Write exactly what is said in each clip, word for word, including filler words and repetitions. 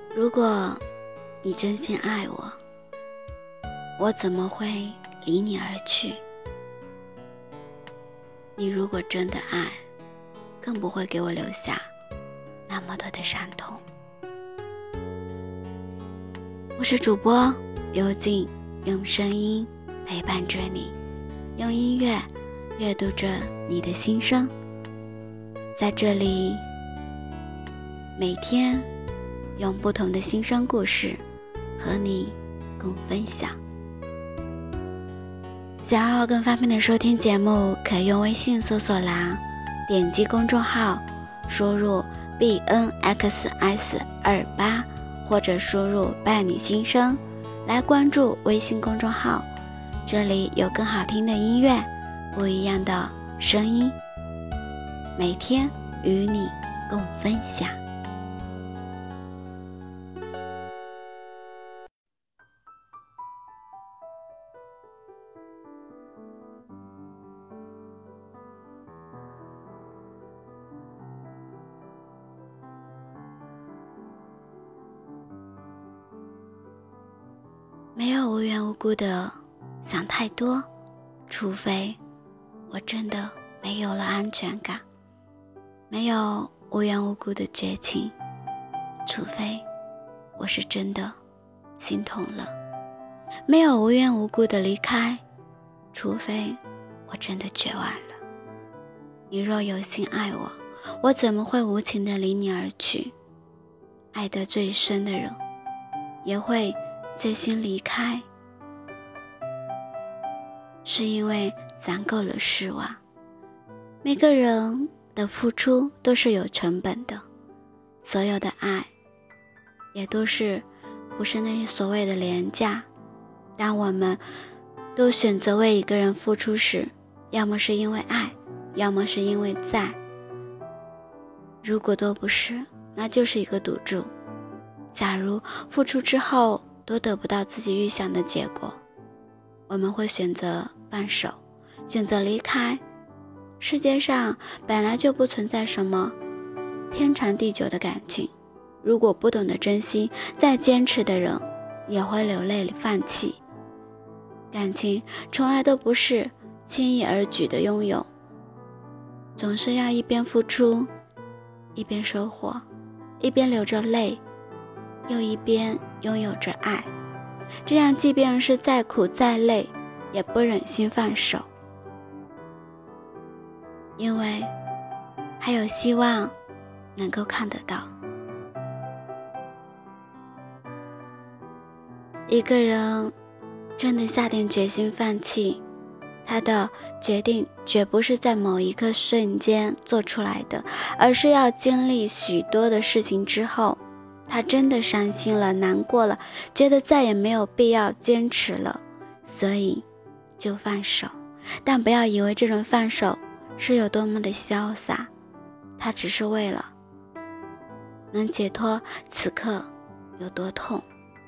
如果你真心爱我，我怎么会离你而去？你如果真的爱，更不会给我留下那么多的伤痛。我是主播幽静，用声音陪伴着你，用音乐阅读着你的心声。在这里，每天用不同的心声故事和你共分享。想要更方便的收听节目，可以用微信搜索栏点击公众号，输入 B N X S 二八，或者输入伴你心声来关注微信公众号。这里有更好听的音乐，不一样的声音，每天与你共分享。没有无缘无故的想太多，除非我真的没有了安全感；没有无缘无故的绝情，除非我是真的心痛了；没有无缘无故的离开，除非我真的绝望了。你若有心爱我，我怎么会无情的离你而去？爱得最深的人，也会最先离开，是因为攒够了失望。每个人的付出都是有成本的，所有的爱也都是不是那些所谓的廉价。当我们都选择为一个人付出时，要么是因为爱，要么是因为在。如果都不是，那就是一个赌注。假如付出之后都得不到自己预想的结果，我们会选择放手，选择离开。世界上本来就不存在什么天长地久的感情，如果不懂得珍惜，再坚持的人也会流泪放弃。感情从来都不是轻易而举的拥有，总是要一边付出，一边收获，一边流着泪，又一边拥有着爱，这样即便是再苦再累，也不忍心放手，因为还有希望能够看得到。一个人真的下定决心放弃，他的决定绝不是在某一个瞬间做出来的，而是要经历许多的事情之后，他真的伤心了，难过了，觉得再也没有必要坚持了，所以就放手。但不要以为这种放手是有多么的潇洒，他只是为了能解脱此刻有多痛。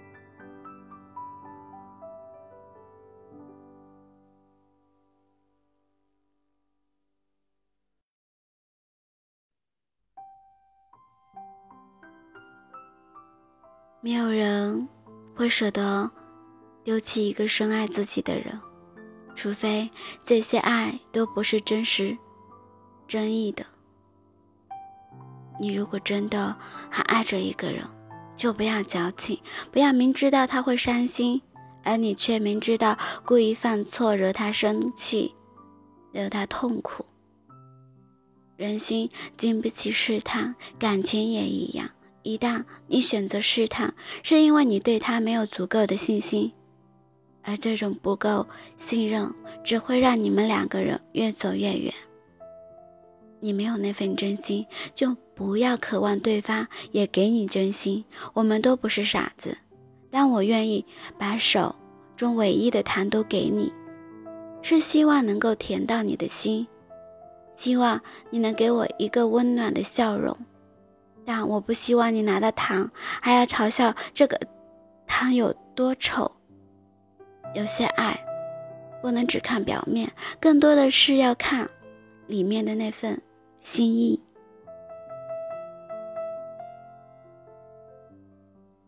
没有人会舍得丢弃一个深爱自己的人，除非这些爱都不是真实真意的。你如果真的还爱着一个人，就不要矫情，不要明知道他会伤心，而你却明知道故意犯错，惹他生气，惹他痛苦。人心经不起试探，感情也一样。一旦你选择试探，是因为你对他没有足够的信心，而这种不够信任只会让你们两个人越走越远。你没有那份真心，就不要渴望对方也给你真心。我们都不是傻子，但我愿意把手中唯一的糖都给你，是希望能够甜到你的心，希望你能给我一个温暖的笑容。但我不希望你拿到糖还要嘲笑这个糖有多丑。有些爱不能只看表面，更多的是要看里面的那份心意。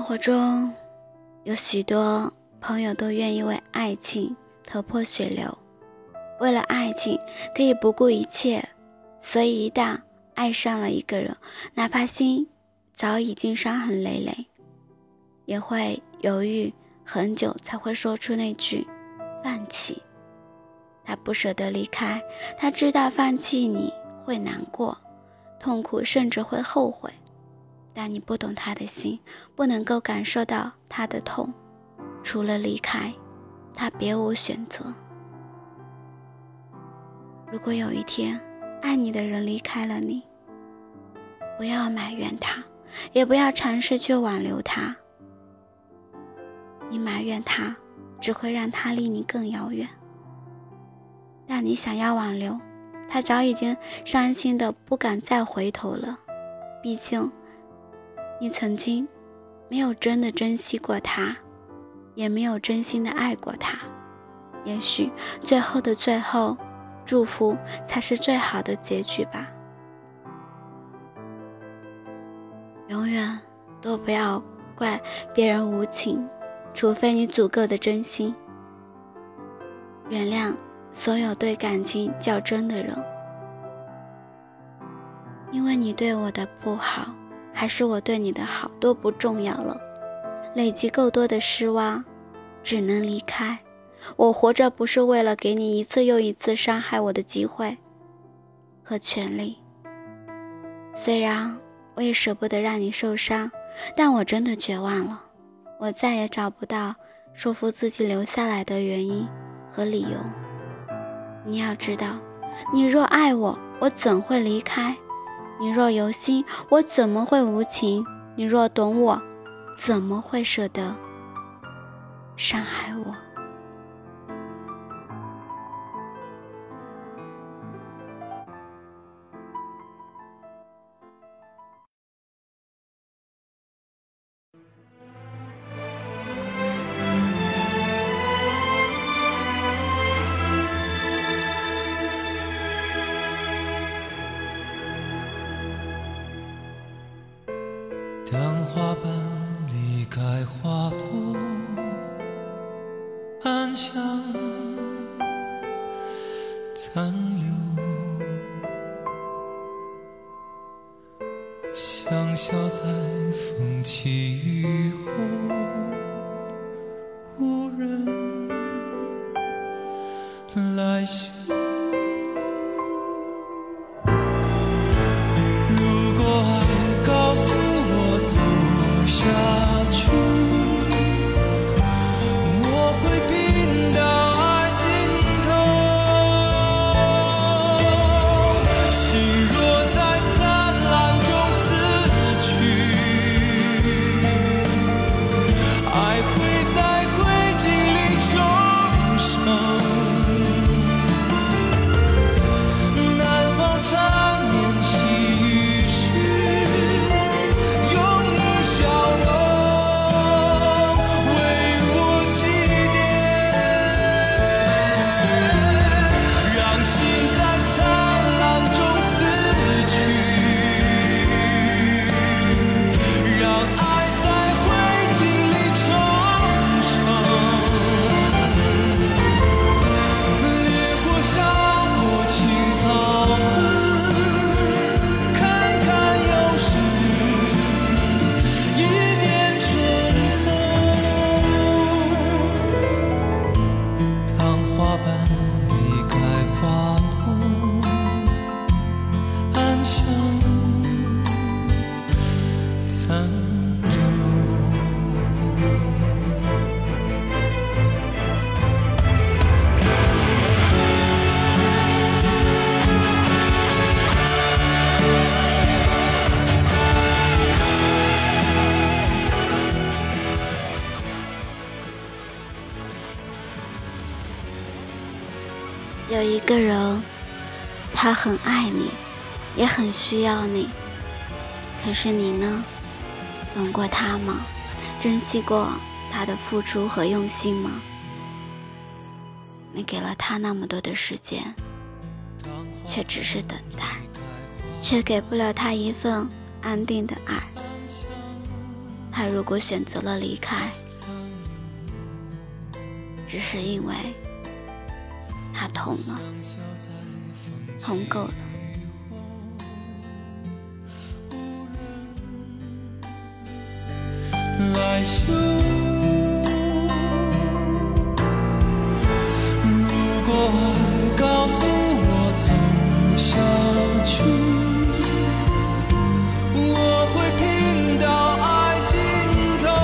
生活中有许多朋友都愿意为爱情头破血流，为了爱情可以不顾一切，所以一旦爱上了一个人，哪怕心早已经伤痕累累，也会犹豫很久才会说出那句放弃。他不舍得离开，他知道放弃你会难过、痛苦，甚至会后悔，但你不懂他的心，不能够感受到他的痛，除了离开，他别无选择。如果有一天爱你的人离开了你，不要埋怨他，也不要尝试去挽留他。你埋怨他，只会让他离你更遥远。但你想要挽留，他早已经伤心的不敢再回头了。毕竟你曾经没有真的珍惜过他，也没有真心的爱过他。也许最后的最后，祝福才是最好的结局吧。永远都不要怪别人无情，除非你足够的真心。原谅所有对感情较真的人，因为你对我的不好，还是我对你的好都不重要了。累积够多的失望，只能离开。我活着不是为了给你一次又一次伤害我的机会和权利。虽然我也舍不得让你受伤，但我真的绝望了。我再也找不到说服自己留下来的原因和理由。你要知道，你若爱我，我怎会离开？你若有心，我怎么会无情？你若懂我，怎么会舍得伤害我？ 当花瓣离开花朵，暗香残留，香消在风起雨后，无人来嗅。下去，我会拼到爱尽头。心若在灿烂中死去，爱会在灰烬里重生。难忘缠绵细雨时，用你笑容为我祭奠，让心在灿烂中死去，让爱在灰烬里重生。烈火烧过青草痕，坎坎又是一年春风。当花瓣离开花朵，暗香残留。 有一个人，他很爱你，也很需要你，可是你呢？懂过他吗？珍惜过他的付出和用心吗？你给了他那么多的时间，却只是等待，却给不了他一份安定的爱。 他如果选择了离开，只是因为他痛了，痛够了。 来修，如果爱告诉我走下去，我会拼到爱尽头。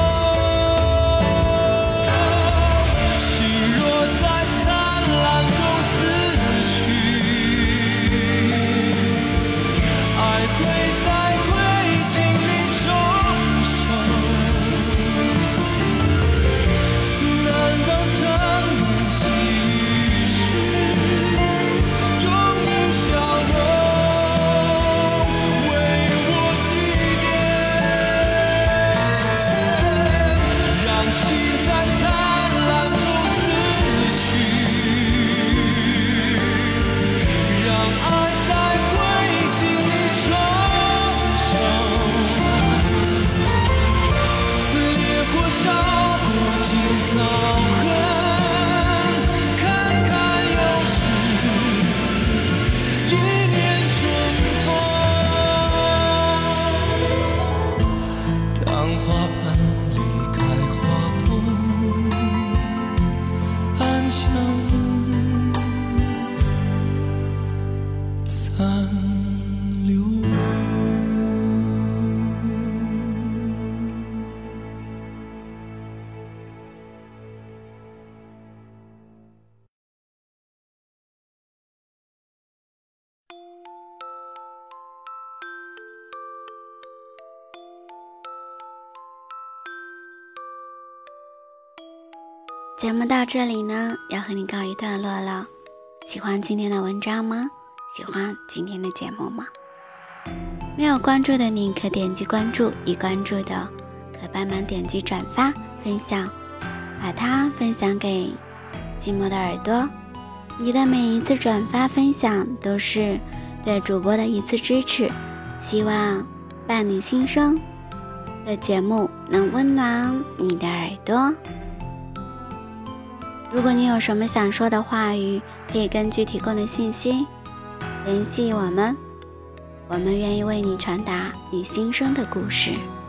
心若在灿烂中死去，爱会在灰烬里重生。 节目到这里呢，要和你告一段落了。喜欢今天的文章吗？喜欢今天的节目吗？没有关注的你可点击关注，已关注的可帮忙点击转发分享，把它分享给寂寞的耳朵。你的每一次转发分享都是对主播的一次支持，希望伴你心声的节目能温暖你的耳朵。如果你有什么想说的话语，可以根据提供的信息联系我们，我们愿意为你传达你心声的故事。